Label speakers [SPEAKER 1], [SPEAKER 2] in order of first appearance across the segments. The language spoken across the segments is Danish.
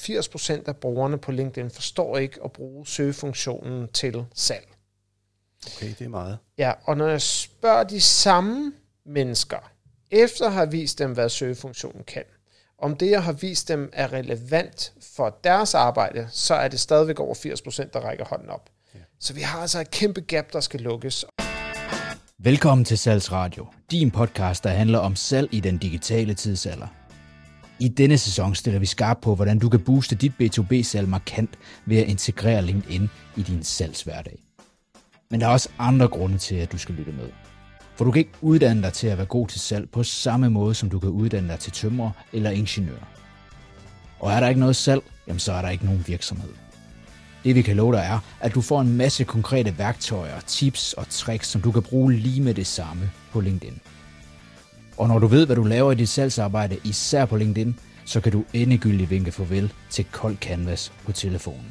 [SPEAKER 1] 80% af brugerne på LinkedIn forstår ikke at bruge søgefunktionen til salg.
[SPEAKER 2] Okay, det er meget.
[SPEAKER 1] Ja, og når jeg spørger de samme mennesker, efter at have vist dem, hvad søgefunktionen kan, om det, jeg har vist dem, er relevant for deres arbejde, så er det stadigvæk over 80%, der rækker hånden op. Ja. Så vi har altså et kæmpe gap, der skal lukkes.
[SPEAKER 3] Velkommen til Salgsradio, din podcast, der handler om salg i den digitale tidsalder. I denne sæson stiller vi skarpt på, hvordan du kan booste dit B2B-salg markant ved at integrere LinkedIn i din salgshverdag. Men der er også andre grunde til, at du skal lytte med. For du kan ikke uddanne dig til at være god til salg på samme måde, som du kan uddanne dig til tømrer eller ingeniør. Og er der ikke noget salg, jamen så er der ikke nogen virksomhed. Det vi kan love dig er, at du får en masse konkrete værktøjer, tips og tricks, som du kan bruge lige med det samme på LinkedIn. Og når du ved, hvad du laver i dit salgsarbejde, især på LinkedIn, så kan du endegyldigt vinke farvel til kold canvas på telefonen.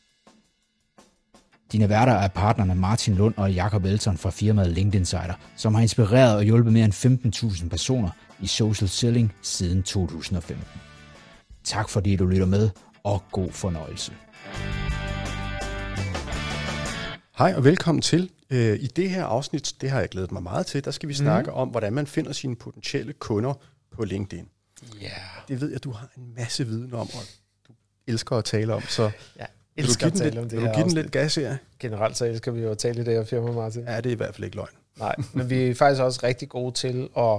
[SPEAKER 3] Dine værter er partnerne Martin Lund og Jakob Elton fra firmaet LinkedIn Insider, som har inspireret og hjulpet mere end 15.000 personer i social selling siden 2015. Tak fordi du lytter med, og god fornøjelse.
[SPEAKER 2] Hej og velkommen til. I det her afsnit, det har jeg glædet mig meget til, der skal vi snakke om, hvordan man finder sine potentielle kunder på LinkedIn.
[SPEAKER 1] Ja.
[SPEAKER 2] Det ved jeg, du har en masse viden om, og du elsker at tale om, så
[SPEAKER 1] ja. Elsker at tale om det her.
[SPEAKER 2] Vil du give den lidt gas her?
[SPEAKER 1] Generelt så elsker vi jo at tale i det her firma, Martin.
[SPEAKER 2] Ja, det er i hvert fald ikke løgn.
[SPEAKER 1] Nej, men vi er faktisk også rigtig gode til at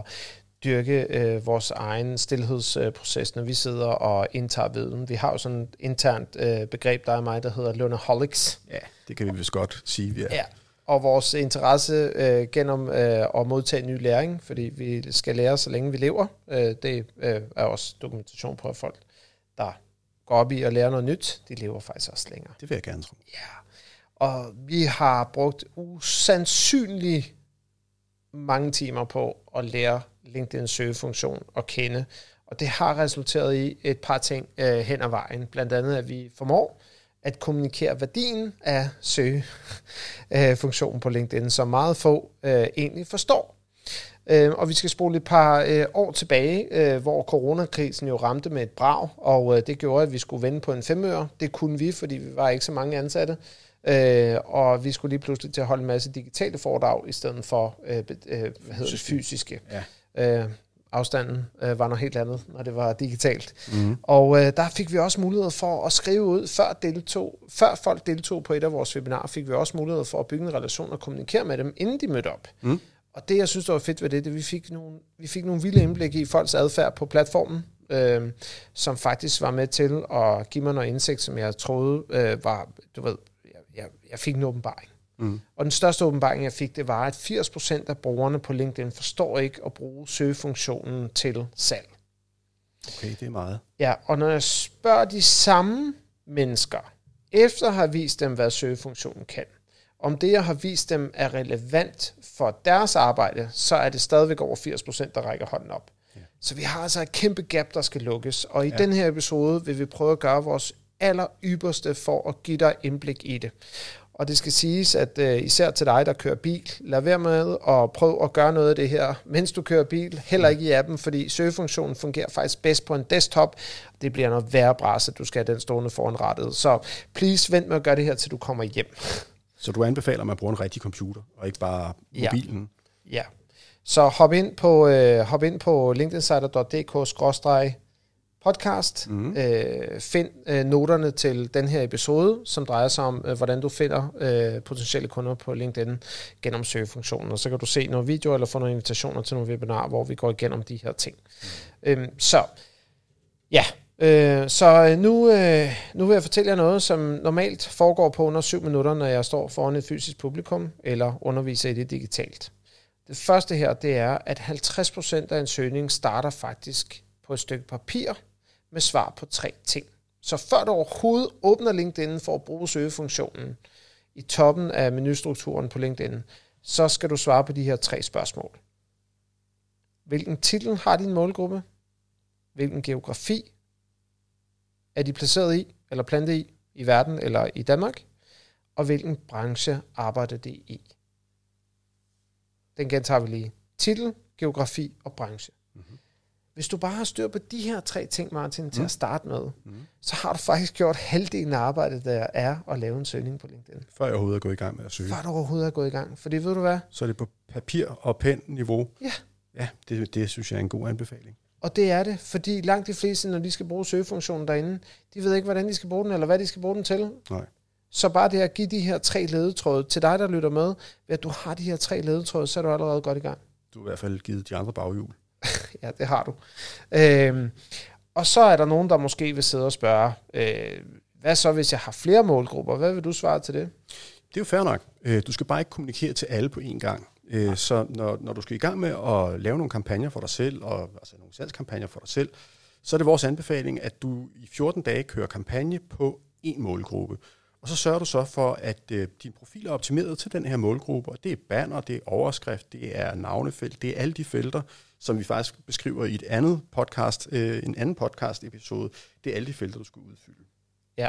[SPEAKER 1] dyrke vores egen stillhedsproces, når vi sidder og indtager viden. Vi har jo sådan et internt begreb, der er mig, der hedder learnaholics.
[SPEAKER 2] Ja, det kan vi vist godt sige, vi er.
[SPEAKER 1] Ja, og vores interesse gennem at modtage ny læring, fordi vi skal lære, så længe vi lever. Det er også dokumentation på, at folk, der går op i at lære noget nyt, de lever faktisk også længere.
[SPEAKER 2] Det vil jeg gerne tro.
[SPEAKER 1] Ja, og vi har brugt usandsynligt mange timer på at lære LinkedIn søgefunktion at kende, og det har resulteret i et par ting hen ad vejen. Blandt andet, at vi formår at kommunikere værdien af søgefunktionen på LinkedIn, som meget få egentlig forstår. Og vi skal spole et par år tilbage, hvor coronakrisen jo ramte med et brag, og det gjorde, at vi skulle vende på en 5 øre. Det kunne vi, fordi vi var ikke så mange ansatte. Og vi skulle lige pludselig til at holde en masse digitale foredrag, i stedet for fysiske. Ja. Afstanden var noget helt andet, når det var digitalt. Mm. Og der fik vi også mulighed for at skrive ud, før folk deltog på et af vores webinarer, fik vi også mulighed for at bygge en relation og kommunikere med dem, inden de mødte op. Mm. Og det, jeg synes, der var fedt ved det, vi fik nogle vilde indblik i folks adfærd på platformen, som faktisk var med til at give mig noget indsigt, som jeg troede var, du ved, jeg fik en åbenbaring. Mm. Og den største åbenbaring, jeg fik, det var, at 80% af brugerne på LinkedIn forstår ikke at bruge søgefunktionen til salg.
[SPEAKER 2] Okay, det er meget.
[SPEAKER 1] Ja, og når jeg spørger de samme mennesker, efter at have vist dem, hvad søgefunktionen kan, om det, jeg har vist dem, er relevant for deres arbejde, så er det stadigvæk over 80%, der rækker hånden op. Ja. Så vi har altså et kæmpe gap, der skal lukkes. Og i den her episode vil vi prøve at gøre vores allerypperste for at give dig indblik i det. Og det skal siges, at især til dig, der kører bil, lad være med at prøve at gøre noget af det her, mens du kører bil. Heller ikke i appen, fordi søgefunktionen fungerer faktisk bedst på en desktop. Det bliver noget værre bras, at du skal have den stående foran rattet. Så please, vent med at gøre det her, til du kommer hjem.
[SPEAKER 2] Så du anbefaler, at man bruger en rigtig computer, og ikke bare mobilen?
[SPEAKER 1] Ja. Så hop ind på linkedinsider.dk/podcast. Find noterne til den her episode, som drejer sig om, hvordan du finder potentielle kunder på LinkedIn gennem søgefunktionen. Og så kan du se nogle videoer eller få nogle invitationer til nogle webinarer, hvor vi går igennem de her ting. Så nu vil jeg fortælle jer noget, som normalt foregår på under 7 minutter, når jeg står foran et fysisk publikum eller underviser i det digitalt. Det første her, det er, at 50% af en søgning starter faktisk på et stykke papir med svar på 3 ting. Så før du overhovedet åbner LinkedIn for at bruge søgefunktionen i toppen af menustrukturen på LinkedIn, så skal du svare på de her 3 spørgsmål. Hvilken titel har din målgruppe? Hvilken geografi er de placeret i, eller plantet i verden eller i Danmark? Og hvilken branche arbejder det i? Den gentager vi lige. Titel, geografi og branche. Mm-hmm. Hvis du bare har styr på de her 3 ting, Martin, til at starte med, så har du faktisk gjort halvdelen af arbejdet, der er at lave en søgning på LinkedIn.
[SPEAKER 2] Før jeg overhovedet er gået i gang med at søge.
[SPEAKER 1] Før du overhovedet er gået i gang. Fordi ved du hvad?
[SPEAKER 2] Så er det på papir og pen-niveau.
[SPEAKER 1] Ja.
[SPEAKER 2] Ja, det synes jeg er en god anbefaling.
[SPEAKER 1] Og det er det, fordi langt de fleste, når de skal bruge søgefunktionen derinde, de ved ikke, hvordan de skal bruge den, eller hvad de skal bruge den til.
[SPEAKER 2] Nej.
[SPEAKER 1] Så bare det at give de her 3 ledetråde til dig, der lytter med, ved at du har de her 3 ledetråde, så er du allerede godt i gang.
[SPEAKER 2] Du har i hvert fald givet de andre baghjul.
[SPEAKER 1] Ja, det har du. Og så er der nogen, der måske vil sidde og spørge, hvad så, hvis jeg har flere målgrupper? Hvad vil du svare til det?
[SPEAKER 2] Det er jo fair nok. Du skal bare ikke kommunikere til alle på én gang. Så når du skal i gang med at lave nogle kampagner for dig selv, altså nogle salgskampagner for dig selv, så er det vores anbefaling, at du i 14 dage kører kampagne på én målgruppe. Og så sørger du så for, at din profil er optimeret til den her målgruppe, og det er banner, det er overskrift, det er navnefelt, det er alle de felter, som vi faktisk beskriver i et andet podcast, en anden podcast-episode. Det er alle de felter, du skal udfylde. Ja.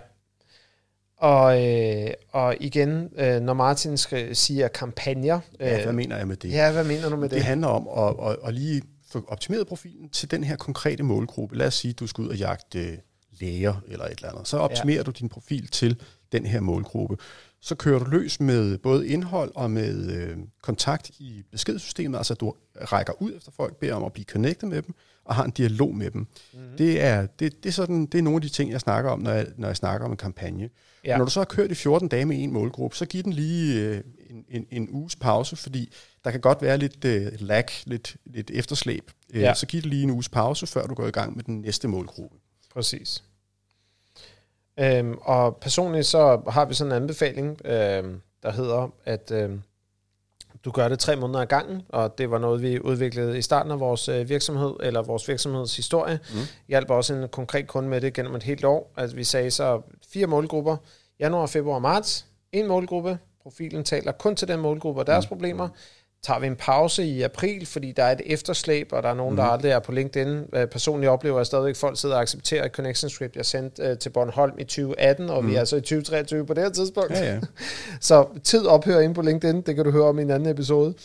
[SPEAKER 1] Og igen, når Martin siger kampagner...
[SPEAKER 2] hvad mener jeg med det?
[SPEAKER 1] Ja, hvad mener du med det?
[SPEAKER 2] Det handler om at lige få optimeret profilen til den her konkrete målgruppe. Lad os sige, at du skal ud og jagte læger eller et eller andet. Så optimerer du din profil til den her målgruppe. Så kører du løs med både indhold og med kontakt i beskedssystemet, altså du rækker ud efter folk, beder om at blive connectet med dem, og har en dialog med dem. Mm-hmm. Det er nogle af de ting, jeg snakker om, når jeg snakker om en kampagne. Ja. Når du så har kørt i 14 dage med en målgruppe, så giv den lige en uges pause, fordi der kan godt være lidt lag, lidt efterslæb. Så giv det lige en uges pause, før du går i gang med den næste målgruppe.
[SPEAKER 1] Præcis. Og personligt så har vi sådan en anbefaling, der hedder, at du gør det 3 måneder ad gangen, og det var noget, vi udviklede i starten af vores virksomhed, eller vores virksomhedshistorie. Hjalp også en konkret kunde med det gennem et helt år. Altså vi sagde så 4 målgrupper, januar, februar, marts, 1 målgruppe, profilen taler kun til den målgruppe og deres problemer. Tager vi en pause i april, fordi der er et efterslæb, og der er nogen, der aldrig er på LinkedIn. Personligt oplever jeg stadigvæk, at folk sidder og accepterer et connection script, jeg sendte til Bornholm i 2018, og vi er så i 2023 på det her tidspunkt. Ja. Så tid ophører inde på LinkedIn, det kan du høre om i en anden episode.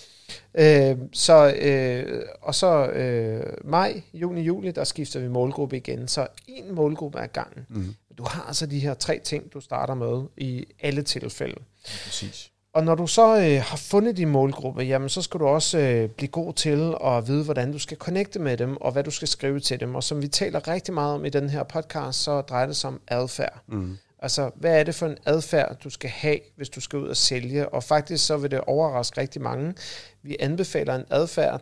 [SPEAKER 1] Maj, juni, juli, der skifter vi målgruppe igen. Så 1 målgruppe ad gangen. Du har altså de her 3 ting, du starter med i alle tilfælde.
[SPEAKER 2] Ja, præcis.
[SPEAKER 1] Og når du så har fundet din målgruppe, jamen så skal du også blive god til at vide, hvordan du skal connecte med dem, og hvad du skal skrive til dem. Og som vi taler rigtig meget om i den her podcast, så drejer det sig om adfærd. Altså, hvad er det for en adfærd, du skal have, hvis du skal ud og sælge? Og faktisk så vil det overraske rigtig mange. Vi anbefaler en adfærd,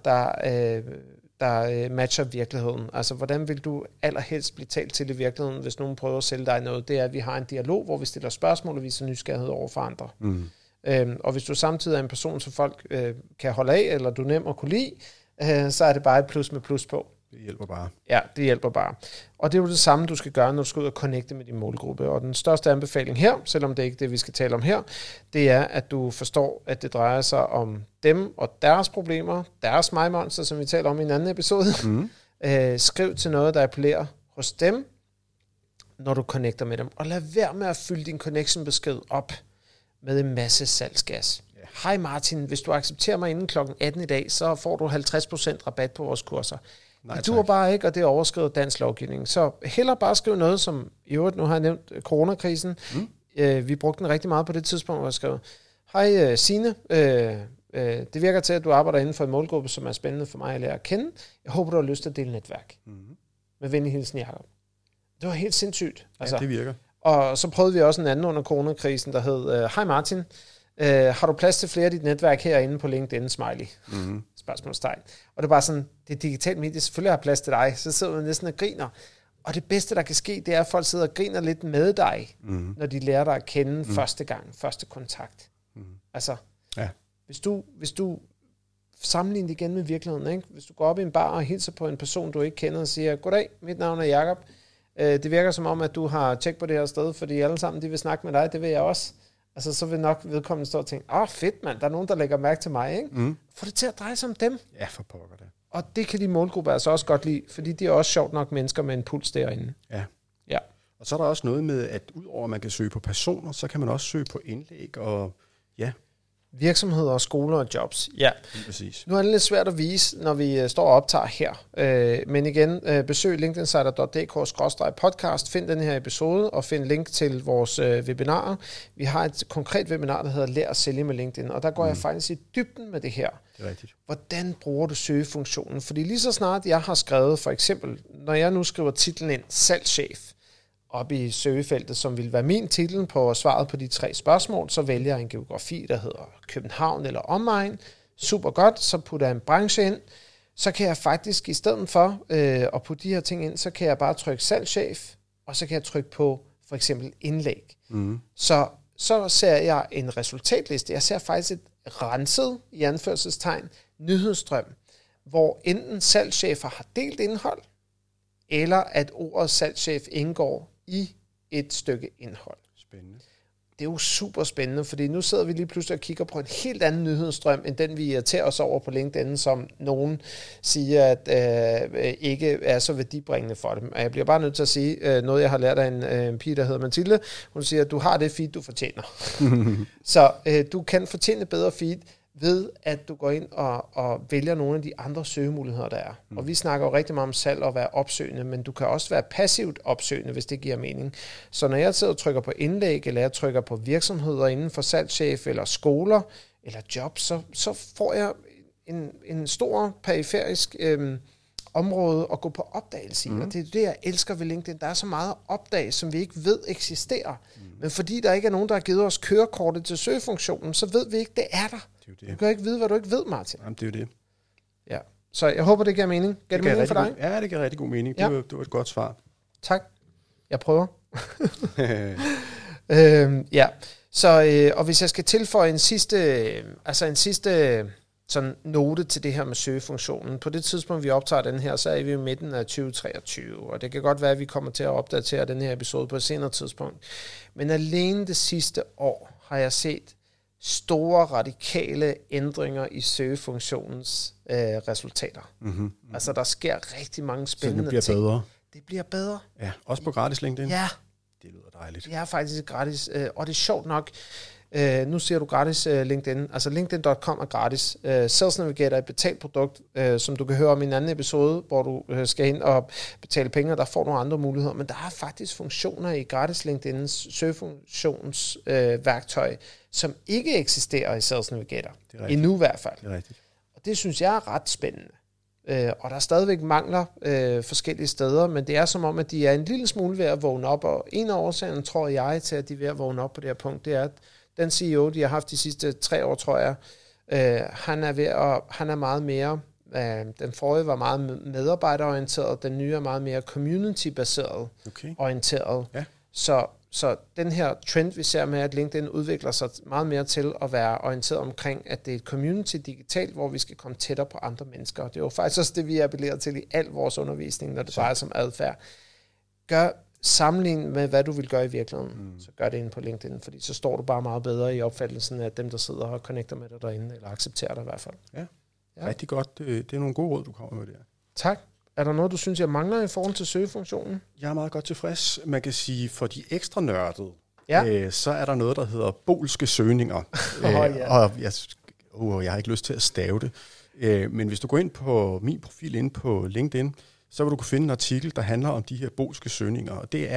[SPEAKER 1] der matcher virkeligheden. Altså, hvordan vil du allerhelst blive talt til i virkeligheden, hvis nogen prøver at sælge dig noget? Det er, at vi har en dialog, hvor vi stiller spørgsmål og viser nysgerrighed over for andre. Og hvis du samtidig er en person, som folk kan holde af, eller du er nem at kunne lide, så er det bare et plus med plus på.
[SPEAKER 2] Det hjælper bare.
[SPEAKER 1] Ja, det hjælper bare. Og det er jo det samme, du skal gøre, når du skal ud og connecte med din målgruppe. Og den største anbefaling her, selvom det ikke er det, vi skal tale om her, det er, at du forstår, at det drejer sig om dem og deres problemer, deres mig-monster, som vi taler om i en anden episode. Skriv til noget, der appellerer hos dem, når du connecter med dem. Og lad være med at fylde din connection-besked op med en masse salgsgas. Hej Martin, hvis du accepterer mig inden klokken 18 i dag, så får du 50% rabat på vores kurser. Nej, det duer bare ikke, og det er overskrevet dansk lovgivning. Så heller bare skrive noget, som i øvrigt, nu har jeg nævnt coronakrisen. Vi brugte den rigtig meget på det tidspunkt, hvor jeg skrev, hej Signe, det virker til, at du arbejder inden for en målgruppe, som er spændende for mig at lære at kende. Jeg håber, du har lyst til at dele netværk. Med venlig hilsen, Jacob. Det var helt sindssygt. Altså,
[SPEAKER 2] ja, det virker.
[SPEAKER 1] Og så prøvede vi også en anden under coronakrisen, der hed, hej Martin, har du plads til flere af dit netværk herinde på LinkedIn, smiley? Spørgsmålstegn. Og det er bare sådan, det er digitalt medie, selvfølgelig har plads til dig, så sidder man næsten og griner. Og det bedste, der kan ske, det er, at folk sidder og griner lidt med dig, når de lærer dig at kende første gang, første kontakt. Altså, hvis du sammenligner igen med virkeligheden, ikke? Hvis du går op i en bar og hilser på en person, du ikke kender, og siger, goddag, mit navn er Jacob. Det virker som om, at du har tjekket på det her sted, fordi alle sammen, de vil snakke med dig, det vil jeg også. Altså, så vil nok vedkommende stå og tænke, fedt mand, der er nogen, der lægger mærke til mig, ikke? Få det til at dreje sig om dem.
[SPEAKER 2] Ja, for pokker det.
[SPEAKER 1] Og det kan de målgrupper altså også godt lide, fordi de er også sjovt nok mennesker med en puls derinde.
[SPEAKER 2] Ja. Og så er der også noget med, at udover at man kan søge på personer, så kan man også søge på indlæg og
[SPEAKER 1] Virksomheder, skoler og jobs. Ja,
[SPEAKER 2] præcis.
[SPEAKER 1] Nu er det lidt svært at vise, når vi står og optager her. Men igen, besøg linkedinsider.dk/podcast. Find den her episode og find link til vores webinarer. Vi har et konkret webinar, der hedder Lær at sælge med LinkedIn, og der går jeg faktisk i dybden med det her.
[SPEAKER 2] Det er rigtigt.
[SPEAKER 1] Hvordan bruger du søgefunktionen? Fordi lige så snart jeg har skrevet, for eksempel, når jeg nu skriver titlen ind, salgschef, op i søgefeltet, som vil være min titel på svaret på de 3 spørgsmål, så vælger jeg en geografi, der hedder København eller omegn. Super godt, så putter jeg en branche ind. Så kan jeg faktisk, i stedet for at putte de her ting ind, så kan jeg bare trykke salgschef, og så kan jeg trykke på for eksempel indlæg. Så ser jeg en resultatliste. Jeg ser faktisk et renset, i anførselstegn, nyhedsstrøm, hvor enten salgschefer har delt indhold, eller at ordet salgschef indgår i et stykke indhold.
[SPEAKER 2] Spændende.
[SPEAKER 1] Det er jo super spændende, fordi nu sidder vi lige pludselig og kigger på en helt anden nyhedsstrøm, end den vi irriterer os over på LinkedIn, som nogen siger, at ikke er så værdibringende for dem. Og jeg bliver bare nødt til at sige noget, jeg har lært af en pige, der hedder Mathilde. Hun siger, at du har det feed, du fortjener. Så du kan fortjene bedre feed ved, at du går ind og vælger nogle af de andre søgemuligheder, der er. Og vi snakker jo rigtig meget om salg og være opsøgende, men du kan også være passivt opsøgende, hvis det giver mening. Så når jeg sidder og trykker på indlæg, eller jeg trykker på virksomheder inden for salgschef, eller skoler, eller job, så får jeg en stor periferisk område at gå på opdagelse i. Og det er det, jeg elsker ved LinkedIn. Der er så meget at opdage, som vi ikke ved eksisterer. Men fordi der ikke er nogen, der har givet os kørekortet til søgefunktionen, så ved vi ikke, det er der. Du kan ikke vide, hvad du ikke ved, Martin.
[SPEAKER 2] Jamen, det er jo det.
[SPEAKER 1] Ja. Så jeg håber, det giver mening. Giver det mening for dig?
[SPEAKER 2] Ja, det giver rigtig god mening. Det var et godt svar.
[SPEAKER 1] Tak. Jeg prøver. Ja. Så, og hvis jeg skal tilføje en sidste sådan note til det her med søgefunktionen. På det tidspunkt, vi optager den her, så er vi i midten af 2023, og det kan godt være, at vi kommer til at opdatere den her episode på et senere tidspunkt. Men alene det sidste år har jeg set store radikale ændringer i søgefunktionens resultater. Altså, der sker rigtig mange spændende ting.
[SPEAKER 2] Så det bliver bedre?
[SPEAKER 1] Det bliver bedre.
[SPEAKER 2] Ja, også på gratis LinkedIn?
[SPEAKER 1] Ja.
[SPEAKER 2] Det lyder dejligt.
[SPEAKER 1] Det er faktisk gratis, og det er sjovt nok. Nu ser du gratis LinkedIn. Altså LinkedIn.com er gratis. Sales Navigator er et betalt produkt, som du kan høre om i en anden episode, hvor du skal ind og betale penge, og der får nogle andre muligheder. Men der er faktisk funktioner i gratis LinkedIn's søgefunktionsværktøj, som ikke eksisterer i Sales Navigator. Endnu i hvert fald.
[SPEAKER 2] Det er rigtigt.
[SPEAKER 1] Og det synes jeg er ret spændende. Og der er stadigvæk mangler forskellige steder, men det er som om, at de er en lille smule ved at vågne op, og en af årsagerne, tror jeg, til at de er ved at vågne op på det her punkt, det er, at den CEO, de har haft de sidste 3 år, tror jeg, han er meget mere, den forrige var meget medarbejderorienteret, den nye er meget mere community-baseret orienteret. Ja. Så den her trend, vi ser med, at LinkedIn udvikler sig meget mere til at være orienteret omkring, at det er et community digitalt, hvor vi skal komme tættere på andre mennesker. Det er jo faktisk også det, vi appellerer til i al vores undervisning, når det drejer sig om adfærd. Sammenlign med, hvad du vil gøre i virkeligheden, så gør det inde på LinkedIn, fordi så står du bare meget bedre i opfattelsen af dem, der sidder og connecter med dig derinde, eller accepterer dig i hvert fald.
[SPEAKER 2] Ja. Rigtig godt. Det er nogle gode råd, du kommer med der.
[SPEAKER 1] Tak. Er der noget, du synes, jeg mangler i forhold til søgefunktionen?
[SPEAKER 2] Jeg er meget godt tilfreds. Man kan sige, for de ekstra nørdede, så er der noget, der hedder bolske søgninger. Og jeg har ikke lyst til at stave det. Men hvis du går ind på min profil inde på LinkedIn, så vil du kunne finde en artikel, der handler om de her bolske søgninger. Og det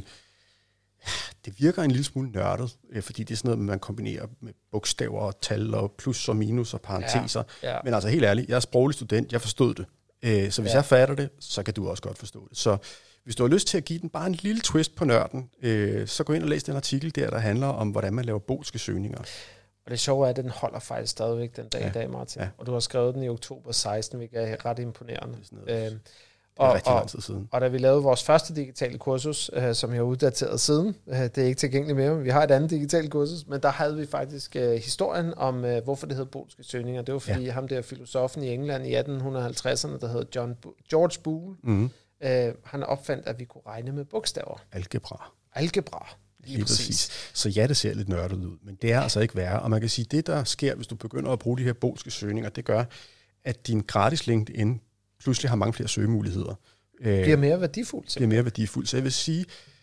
[SPEAKER 2] virker en lille smule nørdet, fordi det er sådan noget, man kombinerer med bogstaver og tal og plus og minus og parenteser. Ja. Men altså helt ærligt, jeg er sproglig student, jeg forstod det. Så hvis jeg fatter det, så kan du også godt forstå det. Så hvis du har lyst til at give den bare en lille twist på nørden, så gå ind og læs den artikel der handler om, hvordan man laver bolske søgninger.
[SPEAKER 1] Og det sjove er, at den holder faktisk stadigvæk den dag i dag, Martin. Ja. Og du har skrevet den i oktober 16, hvilket er ret imponerende.
[SPEAKER 2] Det er rigtig lang tid siden.
[SPEAKER 1] Og da vi lavede vores første digitale kursus, som jeg har uddateret siden, det er ikke tilgængeligt mere, men vi har et andet digitalt kursus, men der havde vi faktisk historien om, hvorfor det hed bolske søgninger. Det var fordi ham der filosofen i England i 1850'erne, der hed George Boole, han opfandt, at vi kunne regne med bogstaver. Algebra.
[SPEAKER 2] Lige præcis. Så ja, det ser lidt nørdet ud, men det er altså ikke værre. Og man kan sige, at det, der sker, hvis du begynder at bruge de her bolske søgninger, det gør, at din gratis LinkedIn pludselig har mange flere søgemuligheder.
[SPEAKER 1] Bliver mere værdifuldt.
[SPEAKER 2] Bliver mere værdifuldt. Så jeg vil sige,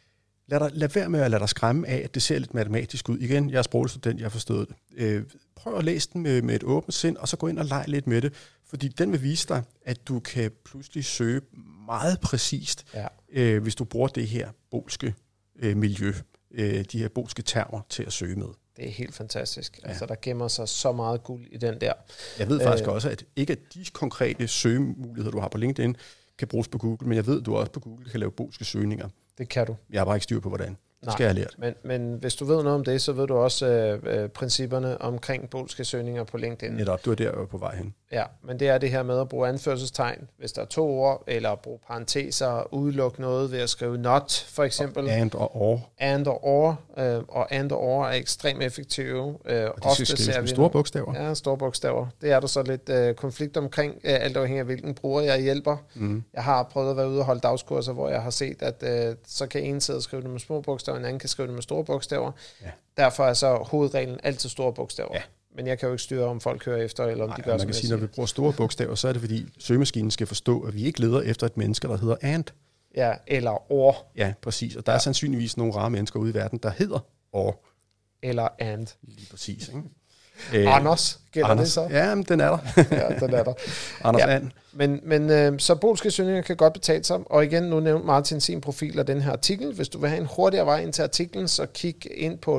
[SPEAKER 2] lad være med at lade dig skræmme af, at det ser lidt matematisk ud. Igen, jeg er sprogstudent, jeg har forstået det. Prøv at læse den med et åbent sind, og så gå ind og lege lidt med det. Fordi den vil vise dig, at du kan pludselig søge meget præcist, hvis du bruger det her bolske miljø, de her bolske termer til at søge med.
[SPEAKER 1] Det er helt fantastisk. Ja. Altså, der gemmer sig så meget guld i den der.
[SPEAKER 2] Jeg ved faktisk også, at ikke at de konkrete søgemuligheder, du har på LinkedIn, kan bruges på Google, men jeg ved, at du også på Google kan lave bolske søgninger.
[SPEAKER 1] Det kan du.
[SPEAKER 2] Jeg har bare ikke styr på, hvordan. Det skal jeg have lært.
[SPEAKER 1] Men hvis du ved noget om det, så ved du også principperne omkring bolske søgninger på LinkedIn.
[SPEAKER 2] Netop, du er der på vej hen.
[SPEAKER 1] Ja, men det er det her med at bruge anførselstegn, hvis der er 2 ord, eller bruge parenteser, udelukke noget ved at skrive not, for eksempel.
[SPEAKER 2] And og or.
[SPEAKER 1] And og or, og and og or er ekstremt effektive.
[SPEAKER 2] Og de skal skrives med store bogstaver.
[SPEAKER 1] Ja, store bogstaver. Det er der så lidt konflikt omkring, alt afhængig af hvilken bruger jeg hjælper. Jeg har prøvet at være ude og holde dagskurser, hvor jeg har set, at så kan en side skrive det med små bogstaver, en anden kan skrive det med store bogstaver. Ja. Derfor er så hovedreglen altid store bogstaver. Ja. Men jeg kan jo ikke styre, om folk hører efter, eller om de gør,
[SPEAKER 2] man kan sige, når vi bruger store bogstaver, så er det, fordi søgemaskinen skal forstå, at vi ikke leder efter et menneske, der hedder and.
[SPEAKER 1] Ja, eller or.
[SPEAKER 2] Ja, præcis. Og der er sandsynligvis nogle rare mennesker ude i verden, der hedder or.
[SPEAKER 1] Eller and.
[SPEAKER 2] Lige præcis, ikke?
[SPEAKER 1] Anders, gælder
[SPEAKER 2] Anders.
[SPEAKER 1] Det så?
[SPEAKER 2] Ja, men den er der.
[SPEAKER 1] Ja, den er der.
[SPEAKER 2] Anders and.
[SPEAKER 1] Men så bolske søgninger kan godt betale sig. Og igen, nu nævnte Martin sin profil af den her artikel. Hvis du vil have en hurtigere vej ind til artiklen, så kig ind på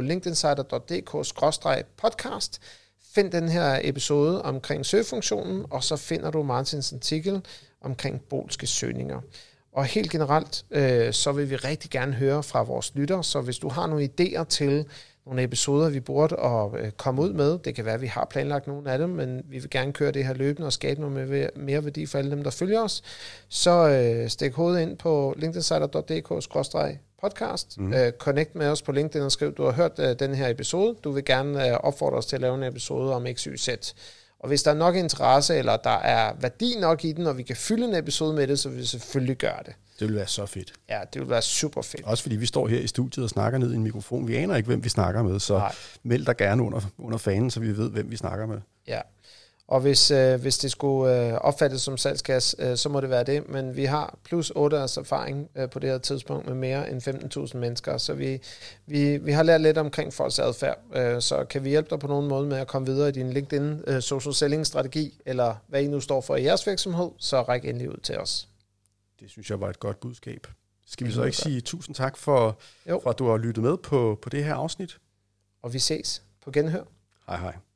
[SPEAKER 1] linkedinsider.dk/podcast. Find den her episode omkring søgefunktionen, og så finder du Martins artikel omkring bolske søgninger. Og helt generelt, så vil vi rigtig gerne høre fra vores lytter, så hvis du har nogle idéer til nogle episoder, vi burde at komme ud med, det kan være, at vi har planlagt nogle af dem, men vi vil gerne køre det her løbende og skabe noget mere værdi for alle dem, der følger os, så stik hovedet ind på linkedinsider.dk/podcast. Connect med os på LinkedIn og skriv, du har hørt den her episode. Du vil gerne opfordre os til at lave en episode om XYZ. Og hvis der er nok interesse, eller der er værdi nok i den, og vi kan fylde en episode med det, så vil vi selvfølgelig gøre det.
[SPEAKER 2] Det vil være så fedt.
[SPEAKER 1] Ja, det vil være super fedt.
[SPEAKER 2] Også fordi vi står her i studiet og snakker ned i en mikrofon. Vi aner ikke, hvem vi snakker med, så meld dig gerne under fanen, så vi ved, hvem vi snakker med.
[SPEAKER 1] Ja, og hvis det skulle opfattes som salgsgas, så må det være det. Men vi har plus 8 års erfaring på det her tidspunkt med mere end 15.000 mennesker. Så vi har lært lidt omkring folks adfærd. Så kan vi hjælpe dig på nogen måde med at komme videre i din LinkedIn social selling strategi, eller hvad I nu står for i jeres virksomhed, så ræk endelig ud til os.
[SPEAKER 2] Det synes jeg var et godt budskab. Skal vi så ikke sige tusind tak for at du har lyttet med på det her afsnit?
[SPEAKER 1] Og vi ses på genhør.
[SPEAKER 2] Hej hej.